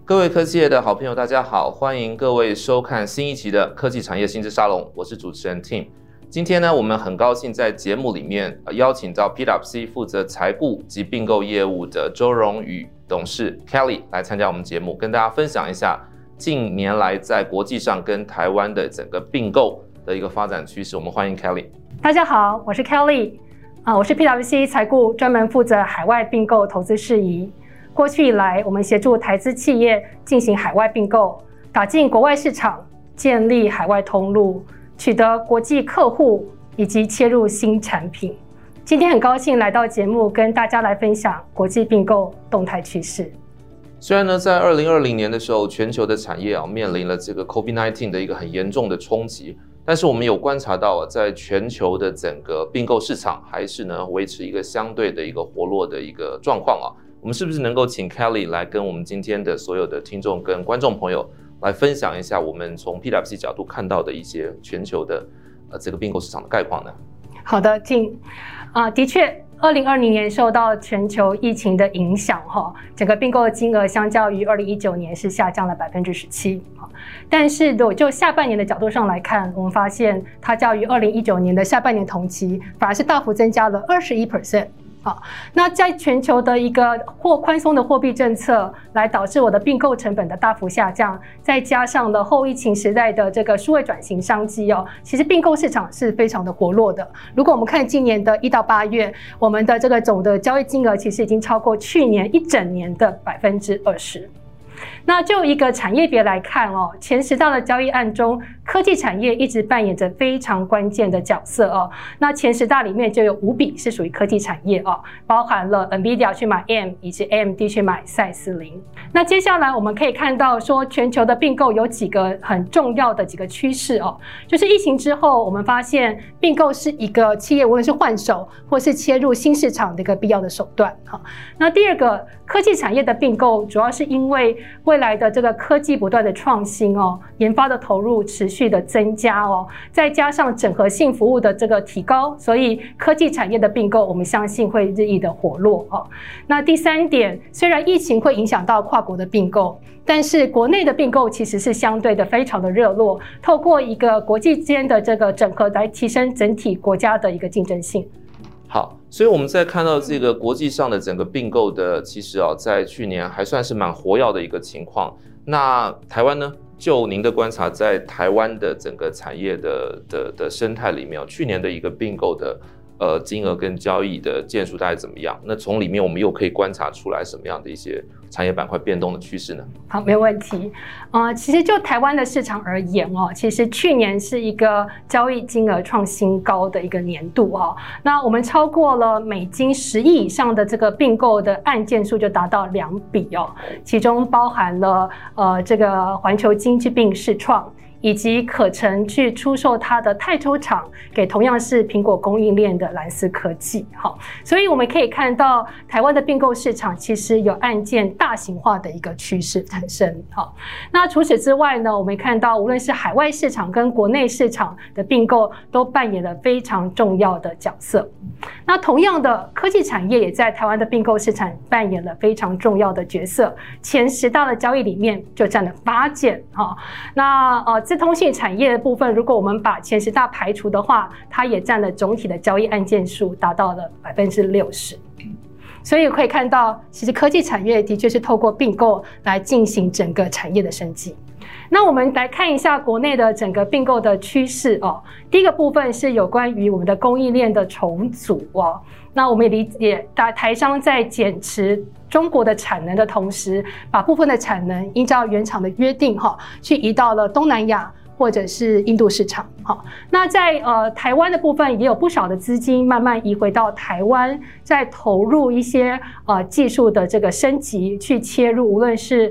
各位科技业的好朋友，大家好，欢迎各位收看新一期的科技产业新知沙龙，我是主持人 Tim。今天呢，我们很高兴在节目里面邀请到 PwC 负责财顾及并购业务的周荣宇董事 Kelly 来参加我们节目，跟大家分享一下近年来在国际上跟台湾的整个并购的一个发展趋势。我们欢迎 Kelly。 大家好，我是 Kelly，我是 PwC 财顾，专门负责海外并购投资事宜。过去以来，我们协助台资企业进行海外并购，打进国外市场，建立海外通路，取得国际客户以及切入新产品。今天很高兴来到节目，跟大家来分享国际并购动态趋势。 虽然呢，在2020年的时候，全球的产业面临了这个 COVID-19 的一个很严重的冲击，但是我们有观察到在全球的整个并购市场还是呢维持一个相对的一个活络的一个状况啊。我们是不是能够请 Kelly 来跟我们今天的所有的听众跟观众朋友来分享一下我们从 PwC 角度看到的一些全球的这个并购市场的概况呢？好的，的确，2020年受到全球疫情的影响，整个并购的金额相较于2019年是下降了17%。但是就下半年的角度上来看，我们发现它较于2019年的下半年同期，反而是大幅增加了21%。那在全球的一个宽松的货币政策来导致我的并购成本的大幅下降，再加上了后疫情时代的这个数位转型商机其实并购市场是非常的活络的。如果我们看今年的1到8月，我们的这个总的交易金额其实已经超过去年一整年的20%。那就一个产业别来看前10大的交易案中，科技产业一直扮演着非常关键的角色那前10大里面就有5笔是属于科技产业包含了 NVIDIA 去买 ARM 以及 AMD 去买赛斯林。那接下来我们可以看到说，全球的并购有几个很重要的几个趋势就是疫情之后，我们发现并购是一个企业无论是换手或是切入新市场的一个必要的手段那第二个，科技产业的并购主要是因为未来的这个科技不断的创新研发的投入持续的增加再加上整合性服务的这个提高，所以科技产业的并购我们相信会日益的活络那第三点，虽然疫情会影响到跨国的并购，但是国内的并购其实是相对的非常的热络，透过一个国际间的这个整合来提升整体国家的一个竞争性。 好，所以我们在看到这个国际上的整个并购的，其实在去年还算是蛮活跃的一个情况。那台湾呢，就您的观察，在台湾的整个产业的生态里面去年的一个并购的金额跟交易的件数大概怎么样？那从里面我们又可以观察出来什么样的一些产业板块变动的趋势呢？ 好，没有问题。其实就台湾的市场而言其实去年是一个交易金额创新高的一个年度那我们超过了美金10亿以上的这个并购的案件数就达到2笔其中包含了这个环球金去并世创，以及可成去出售它的泰州厂给同样是苹果供应链的蓝思科技所以我们可以看到台湾的并购市场其实有案件大型化的一个趋势产生那除此之外呢，我们看到无论是海外市场跟国内市场的并购都扮演了非常重要的角色。那同样的，科技产业也在台湾的并购市场扮演了非常重要的角色，前10大的交易里面就占了8件那资通信产业的部分，如果我们把前10大排除的话，它也占了总体的交易案件数达到了60%。所以可以看到，其实科技产业的确是透过并购来进行整个产业的升级。那我们来看一下国内的整个并购的趋势第一个部分是有关于我们的供应链的重组那我们也理解台商在减持中国的产能的同时，把部分的产能依照原厂的约定去移到了东南亚或者是印度市场那在台湾的部分也有不少的资金慢慢移回到台湾，在投入一些技术的这个升级，去切入无论是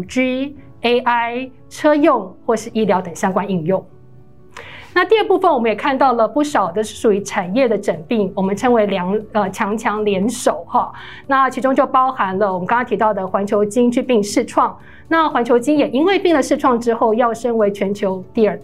5G、AI、车用或是医疗等相关应用。那第二部分我们也看到了不少的是属于产业的整并，我们称为强联手那其中就包含了我们刚刚提到的环球金去并世创，那环球金也因为并了世创之后，跃升为全球第2大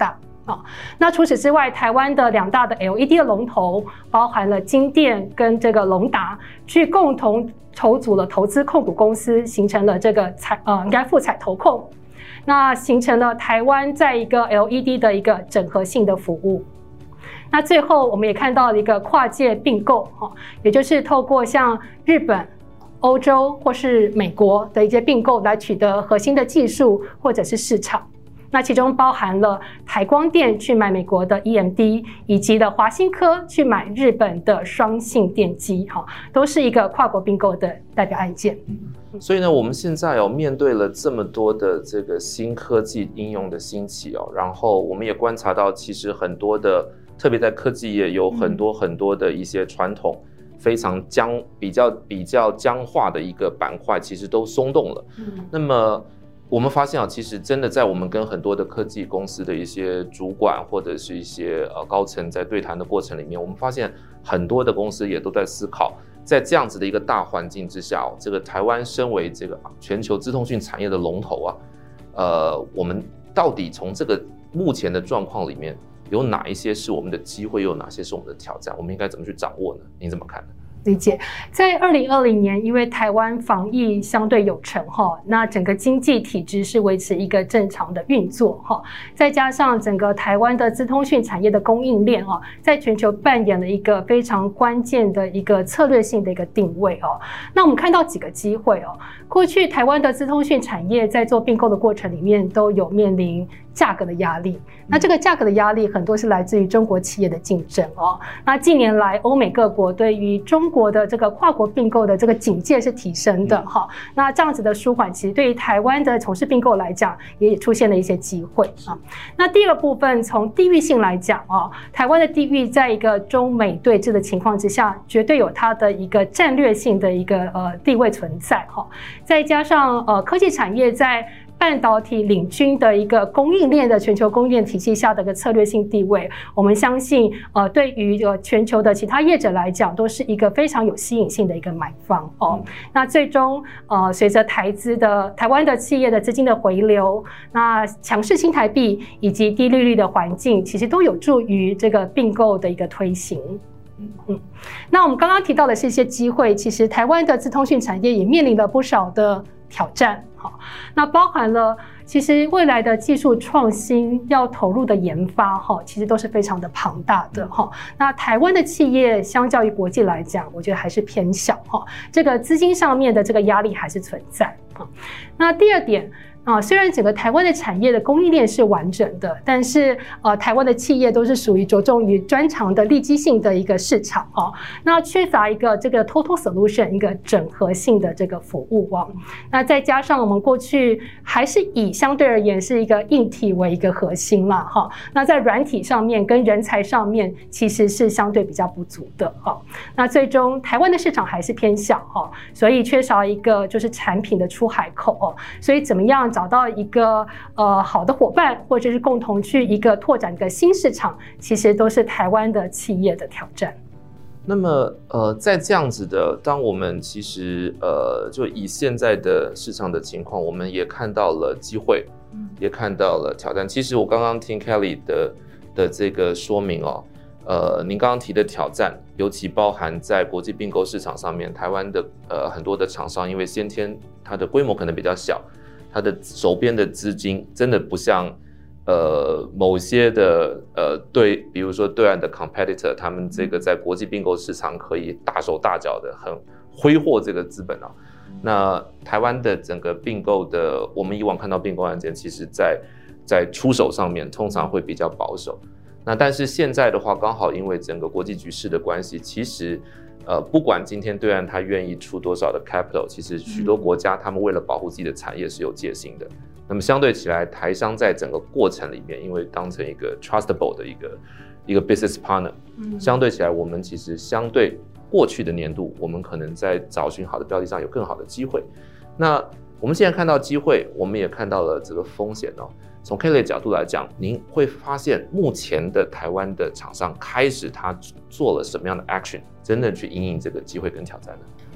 那除此之外，台湾的2大的 LED 的龙头，包含了金电跟这个隆达，去共同筹组了投资控股公司，形成了这个应该富彩投控，那形成了台湾在一个 LED 的一个整合性的服务。那最后我们也看到了一个跨界并购，也就是透过像日本、欧洲或是美国的一些并购来取得核心的技术或者是市场。那其中包含了台光电去买美国的 EMD， 以及的华新科去买日本的双信电机，都是一个跨国并购的代表案件。 所以呢，我们现在面对了这么多的这个新科技应用的兴起然后我们也观察到，其实很多的，特别在科技业有很多的一些传统非常比较僵化的一个板块，其实都松动了。那么我们发现其实真的在我们跟很多的科技公司的一些主管或者是一些高层在对谈的过程里面，我们发现很多的公司也都在思考，在这样子的一个大环境之下，这个台湾身为这个全球资通讯产业的龙头我们到底从这个目前的状况里面，有哪一些是我们的机会，又有哪些是我们的挑战？我们应该怎么去掌握呢？您怎么看呢？ 理解，在2020年，因为台湾防疫相对有成那整个经济体制是维持一个正常的运作再加上整个台湾的资通讯产业的供应链在全球扮演了一个非常关键的一个策略性的一个定位那我们看到几个机会过去台湾的资通讯产业在做并购的过程里面都有面临价格的压力，那这个价格的压力很多是来自于中国企业的竞争那近年来欧美各国对于中国的这个跨国并购的这个警戒是提升的那这样子的舒缓，其实对于台湾的从事并购来讲，也出现了一些机会那第二个部分，从地域性来讲台湾的地域在一个中美对峙的情况之下，绝对有它的一个战略性的一个地位存在再加上科技产业在半导体领军的一个供应链的全球供应链体系下的一个策略性地位，我们相信对于全球的其他业者来讲，都是一个非常有吸引性的一个买方那最终随着台湾的企业的资金的回流，那强势新台币以及低利率的环境，其实都有助于这个并购的一个推行。那我们刚刚提到的是一些机会，其实台湾的资通讯产业也面临了不少的挑战那包含了其实未来的技术创新要投入的研发其实都是非常的庞大的那台湾的企业相较于国际来讲，我觉得还是偏小这个资金上面的这个压力还是存在那第二点虽然整个台湾的产业的供应链是完整的，但是台湾的企业都是属于着重于专长的利基性的一个市场那缺乏一个这个 total solution 一个整合性的这个服务那再加上我们过去还是以相对而言是一个硬体为一个核心啦那在软体上面跟人才上面其实是相对比较不足的那最终台湾的市场还是偏小所以缺少一个就是产品的出海口所以怎么样找到一个好的伙伴，或者是共同去一个拓展一个新市场，其实都是台湾的企业的挑战。 那么在这样子的，当我们其实就以现在的市场的情况，我们也看到了机会，也看到了挑战。其实我刚刚听 Kelly 的这个说明您刚刚提的挑战，尤其包含在国际并购市场上面，台湾的很多的厂商，因为先天它的规模可能比较小。它的手边的资金真的不像某些的比如说对岸的 competitor， 他们这个在国际并购市场可以大手大脚的很挥霍这个资本那台湾的整个并购的，我们以往看到并购案件，其实在出手上面通常会比较保守。那但是现在的话，刚好因为整个国际局势的关系，其实不管今天对岸他愿意出多少的 capital， 其实许多国家他们为了保护自己的产业是有戒心的。那么相对起来，台商在整个过程里面，因为当成一个 trustable 的一个 business partner，相对起来，我们其实相对过去的年度，我们可能在找寻好的标的上有更好的机会。那我们现在看到机会，我们也看到了这个风险从 Kelly 的角度来讲，您会发现目前的台湾的厂商开始他做了什么样的 action， 真的去因应这个机会跟挑战呢？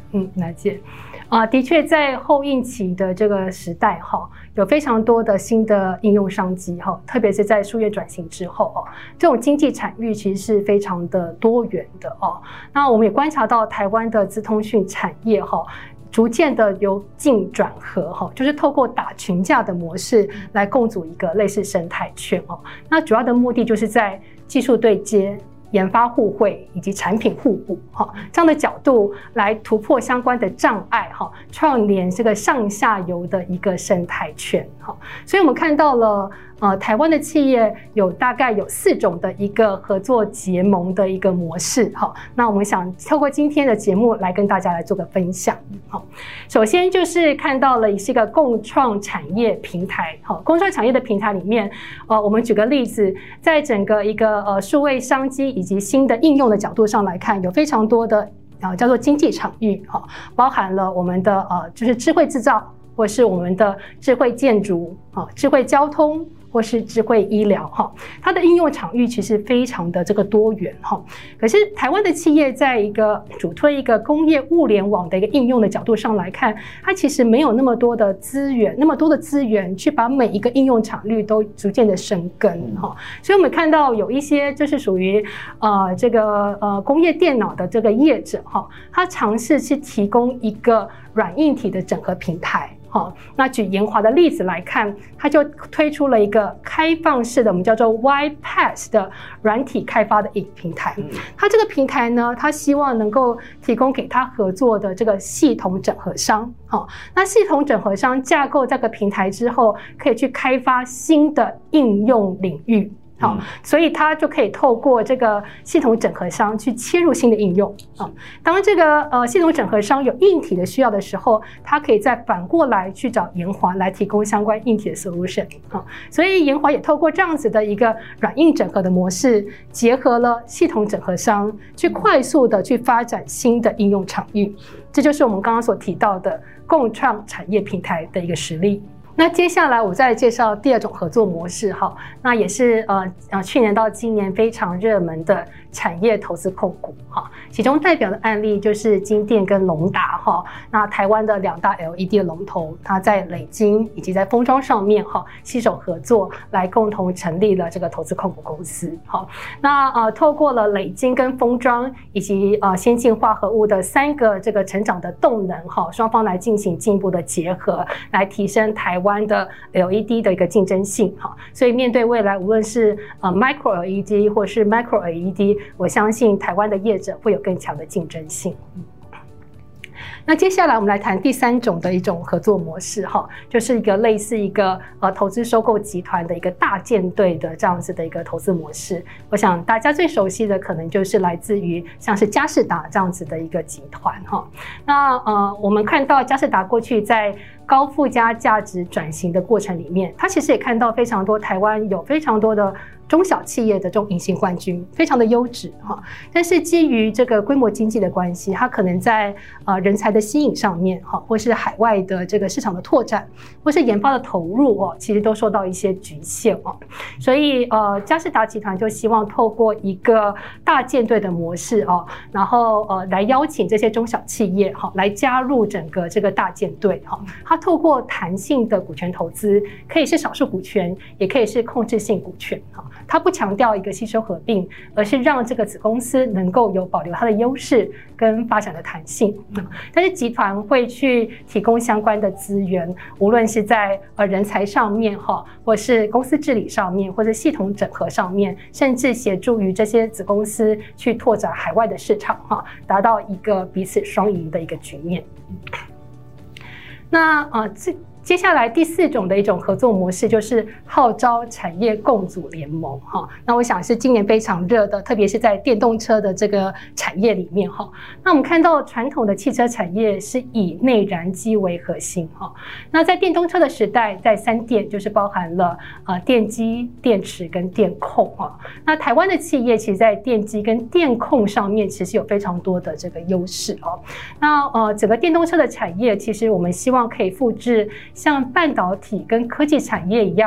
了解。的确，在后疫情的这个时代有非常多的新的应用商机特别是在数位转型之后这种经济产域其实是非常的多元的那我们也观察到台湾的资通讯产业逐渐的由静转和就是透过打群架的模式来共组一个类似生态圈那主要的目的就是在技术对接、研发互惠以及产品互补这样的角度来突破相关的障碍串联这个上下游的一个生态圈所以我们看到了台湾的企业大概有4种的一个合作结盟的一个模式那我们想透过今天的节目来跟大家来做个分享首先就是看到了是一个共创产业平台共创产业的平台里面我们举个例子，在整个一个数位商机以及新的应用的角度上来看，有非常多的叫做经济场域包含了我们的就是智慧制造，或是我们的智慧建筑智慧交通，或是智慧医疗它的应用场域其实非常的这个多元可是台湾的企业在一个主推一个工业物联网的一个应用的角度上来看，它其实没有那么多的资源去把每一个应用场域都逐渐的生根所以我们看到有一些就是属于这个工业电脑的这个业者它尝试去提供一个软硬体的整合平台那举研华的例子来看，它就推出了一个开放式的我们叫做 YPaaS 的软体开发的一个平台它这个平台呢，它希望能够提供给它合作的这个系统整合商那系统整合商架构这个平台之后，可以去开发新的应用领域所以它就可以透过这个系统整合商去切入新的应用当这个系统整合商有硬体的需要的时候，它可以再反过来去找研华来提供相关硬体的 solution 所以研华也透过这样子的一个软硬整合的模式，结合了系统整合商去快速的去发展新的应用场域，这就是我们刚刚所提到的共创产业平台的一个实例。那接下来我再介绍第2种合作模式那也是去年到今年非常热门的产业投资控股其中代表的案例就是金电跟隆达那台湾的2大 LED 的龙头，它在磊晶以及在封装上面携手合作来共同成立了这个投资控股公司那透过了磊晶跟封装以及先进化合物的3个这个成长的动能双方来进行进一步的结合，来提升台湾的 LED 的一个竞争性所以面对未来无论是Micro LED 或是 Macro LED， 我相信台湾的业者会有更强的竞争性那接下来我们来谈第3种的一种合作模式就是一个类似一个投资收购集团的一个大舰队的这样子的一个投资模式。我想大家最熟悉的可能就是来自于像是佳世达这样子的一个集团那我们看到佳世达过去在高附加价值转型的过程里面，它其实也看到非常多台湾有非常多的中小企业的这种隐形冠军，非常的优质但是基于这个规模经济的关系，它可能在人才的吸引上面或是海外的这个市场的拓展，或是研发的投入其实都受到一些局限所以佳世达集团就希望透过一个大舰队的模式然后来邀请这些中小企业来加入整个这个大舰队它透过弹性的股权投资，可以是少数股权，也可以是控制性股权它不强调一个吸收合并，而是让这个子公司能够有保留它的优势跟发展的弹性但是集团会去提供相关的资源，无论是在人才上面或是公司治理上面，或者系统整合上面，甚至协助于这些子公司去拓展海外的市场达到一个彼此双赢的一个局面那接下来第4种的一种合作模式就是号召产业共组联盟那我想是今年非常热的，特别是在电动车的这个产业里面那我们看到传统的汽车产业是以内燃机为核心那在电动车的时代，在3电就是包含了电机、电池跟电控那台湾的企业其实在电机跟电控上面其实有非常多的这个优势那整个电动车的产业，其实我们希望可以复制像半导体跟科技产业一样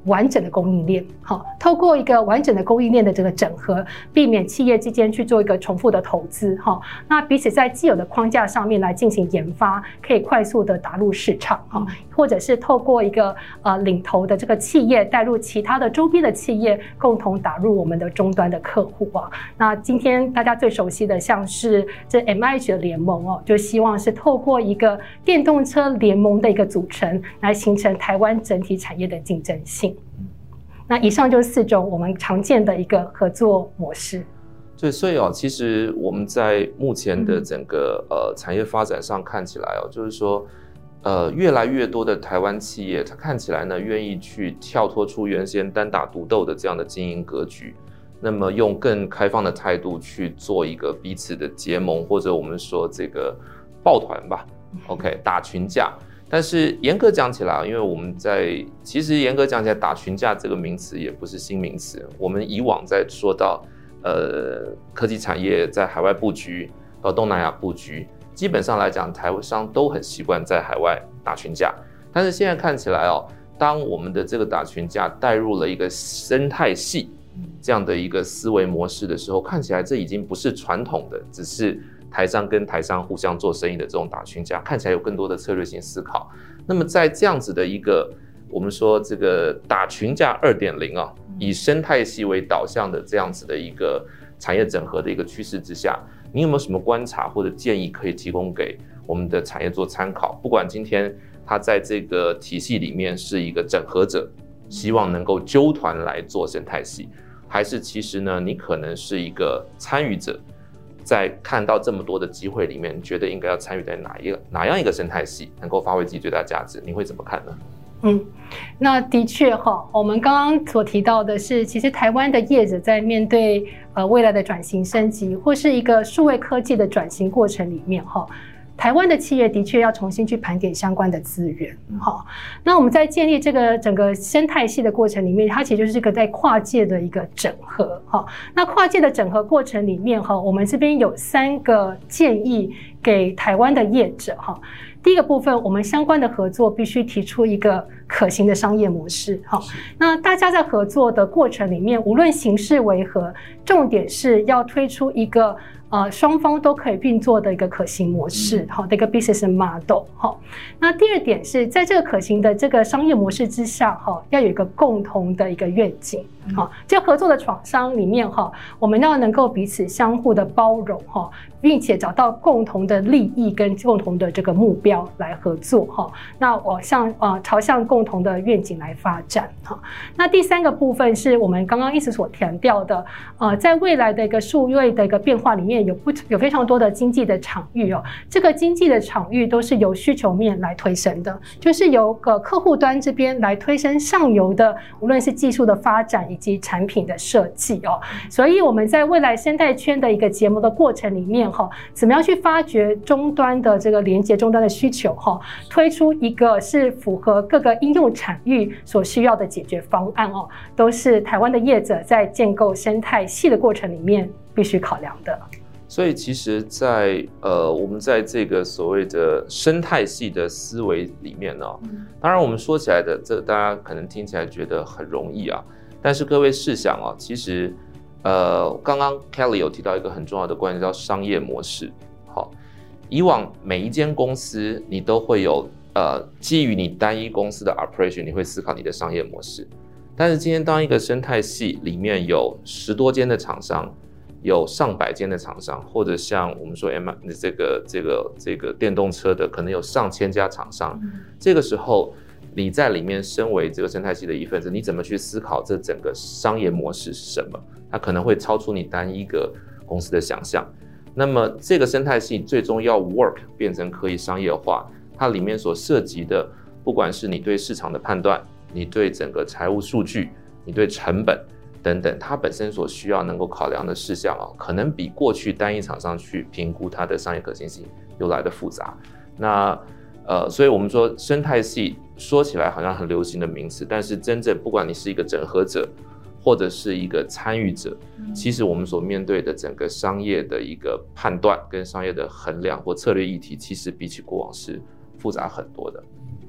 完整的供应链，好，透过一个完整的供应链的这个整合，避免企业之间去做一个重复的投资，哈，那彼此在既有的框架上面来进行研发，可以快速的打入市场，哈，或者是透过一个领头的这个企业带入其他的周边的企业，共同打入我们的终端的客户啊。那今天大家最熟悉的像是这 MIH 的联盟哦，就希望是透过一个电动车联盟的一个组成，来形成台湾整体产业的竞争性。那以上就是4种我们常见的一个合作模式。 对，所以其实我们在目前的整个产业发展上看起来就是说，越来越多的台湾企业，它看起来呢愿意去跳脱出原先单打独斗的这样的经营格局，那么用更开放的态度去做一个彼此的结盟，或者我们说这个抱团吧 ，OK， 打群架。但是严格讲起来，因为我们其实严格讲起来，打群架这个名词也不是新名词。我们以往在说到科技产业在海外布局，到东南亚布局，基本上来讲，台商都很习惯在海外打群架。但是现在看起来当我们的这个打群架带入了一个生态系这样的一个思维模式的时候，看起来这已经不是传统的，只是台商跟台商互相做生意的这种打群架，看起来有更多的策略性思考。那么在这样子的一个我们说这个打群架 2.0 以生态系为导向的这样子的一个产业整合的一个趋势之下，你有没有什么观察或者建议可以提供给我们的产业做参考？不管今天它在这个体系里面是一个整合者，希望能够揪团来做生态系，还是其实呢你可能是一个参与者，在看到这么多的机会里面，觉得应该要参与在哪样一个生态系，能够发挥自己最大价值，你会怎么看呢？ 那的确我们刚刚所提到的是，其实台湾的业者在面对未来的转型升级，或是一个数位科技的转型过程里面台湾的企业的确要重新去盘点相关的资源。那我们在建立这个整个生态系的过程里面，它其实就是一个在跨界的一个整合。那跨界的整合过程里面我们这边有3个建议给台湾的业者。第一个部分，我们相关的合作必须提出一个可行的商业模式。那大家在合作的过程里面，无论形式为何，重点是要推出一个双方都可以运作的一个可行模式，的一个 business model。那第2点是在这个可行的这个商业模式之下，要有一个共同的一个愿景。就合作的厂商里面我们要能够彼此相互的包容并且找到共同的利益跟共同的这个目标来合作那我朝向共同的愿景来发展那第3个部分是我们刚刚一直所强调的在未来的一个数位的一个变化里面有非常多的经济的场域这个经济的场域都是由需求面来推升的，就是由客户端这边来推升上游的无论是技术的发展以及产品的设计所以我们在未来生态圈的一个结盟的过程里面怎么样去发掘终端的这个连接终端的需求推出一个是符合各个应用产域所需要的解决方案都是台湾的业者在建构生态系的过程里面必须考量的。 所以其实在我们在这个所谓的生态系的思维里面当然我们说起来的这大家可能听起来觉得很容易但是各位试想其实刚刚 Kelly 有提到一个很重要的观念叫商业模式。以往每一间公司你都会有基于你单一公司的 operation， 你会思考你的商业模式。但是今天当一个生态系里面有10多间的厂商，有上百间的厂商，或者像我们说这个电动车的可能有上千家厂商，这个时候你在里面身为这个生态系的一份子，你怎么去思考这整个商业模式是什么？它可能会超出你单一个公司的想象。那么这个生态系最终要 work 变成可以商业化，它里面所涉及的，不管是你对市场的判断，你对整个财务数据，你对成本等等，它本身所需要能够考量的事项可能比过去单一厂商去评估它的商业可行性又来的复杂。那所以我们说生态系说起来好像很流行的名词，但是真正不管你是一个整合者或者是一个参与者，其实我们所面对的整个商业的一个判断跟商业的衡量或策略议题，其实比起过往是复杂很多的。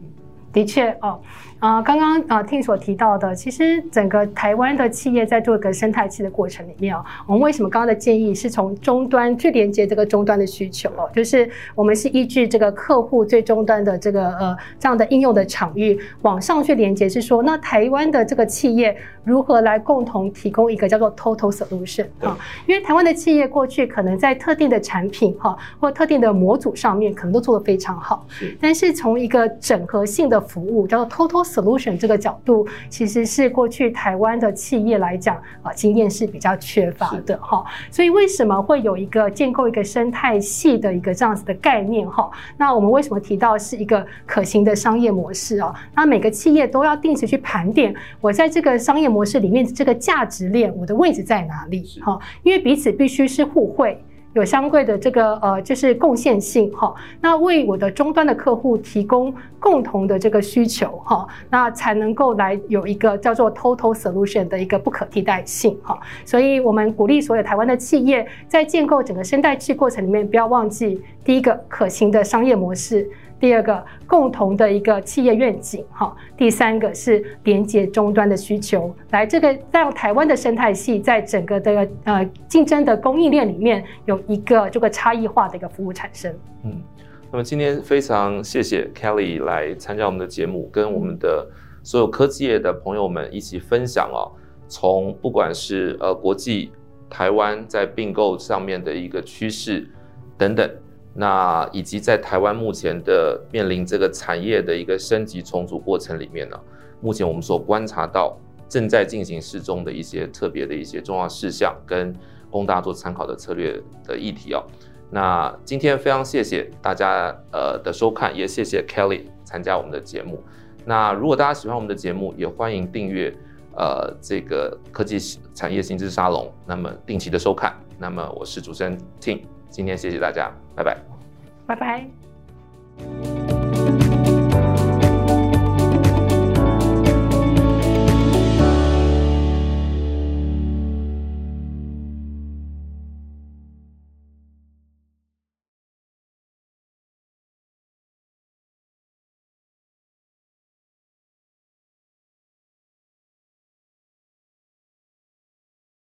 的确哦，刚刚听所提到的，其实整个台湾的企业在做一个生态系的过程里面哦，我们为什么刚刚的建议是从终端去连接这个终端的需求哦，就是我们是依据这个客户最终端的这个这样的应用的场域往上去连接，是说那台湾的这个企业如何来共同提供一个叫做 total solution 因为台湾的企业过去可能在特定的产品或特定的模组上面可能都做得非常好，但是从一个整合性的服务叫做 total solution 这个角度，其实是过去台湾的企业来讲经验是比较缺乏的所以为什么会有一个建构一个生态系的一个这样子的概念那我们为什么提到是一个可行的商业模式那每个企业都要定时去盘点我在这个商业模式里面这个价值链我的位置在哪里因为彼此必须是互惠，有相对的这个就是贡献性那为我的终端的客户提供共同的这个需求那才能够来有一个叫做 total solution 的一个不可替代性所以我们鼓励所有台湾的企业在建构整个生态系过程里面，不要忘记第一个可行的商业模式，第二个共同的一个企业愿景第三个是连接终端的需求，来这个让台湾的生态系在整个的竞争的供应链里面有一个这个差异化的一个服务产生。 那么今天非常谢谢 Kelly 来参加我们的节目，跟我们的所有科技业的朋友们一起分享从不管是国际、台湾在并购上面的一个趋势等等，那以及在台湾目前的面临这个产业的一个升级重组过程里面呢，目前我们所观察到正在进行适中的一些特别的一些重要事项，跟供大家做参考的策略的议题那今天非常谢谢大家的收看，也谢谢 Kelly 参加我们的节目。那如果大家喜欢我们的节目，也欢迎订阅这个科技产业新知沙龙，那么定期的收看。那么我是主持人 Tim， 今天谢谢大家，拜拜， 拜拜。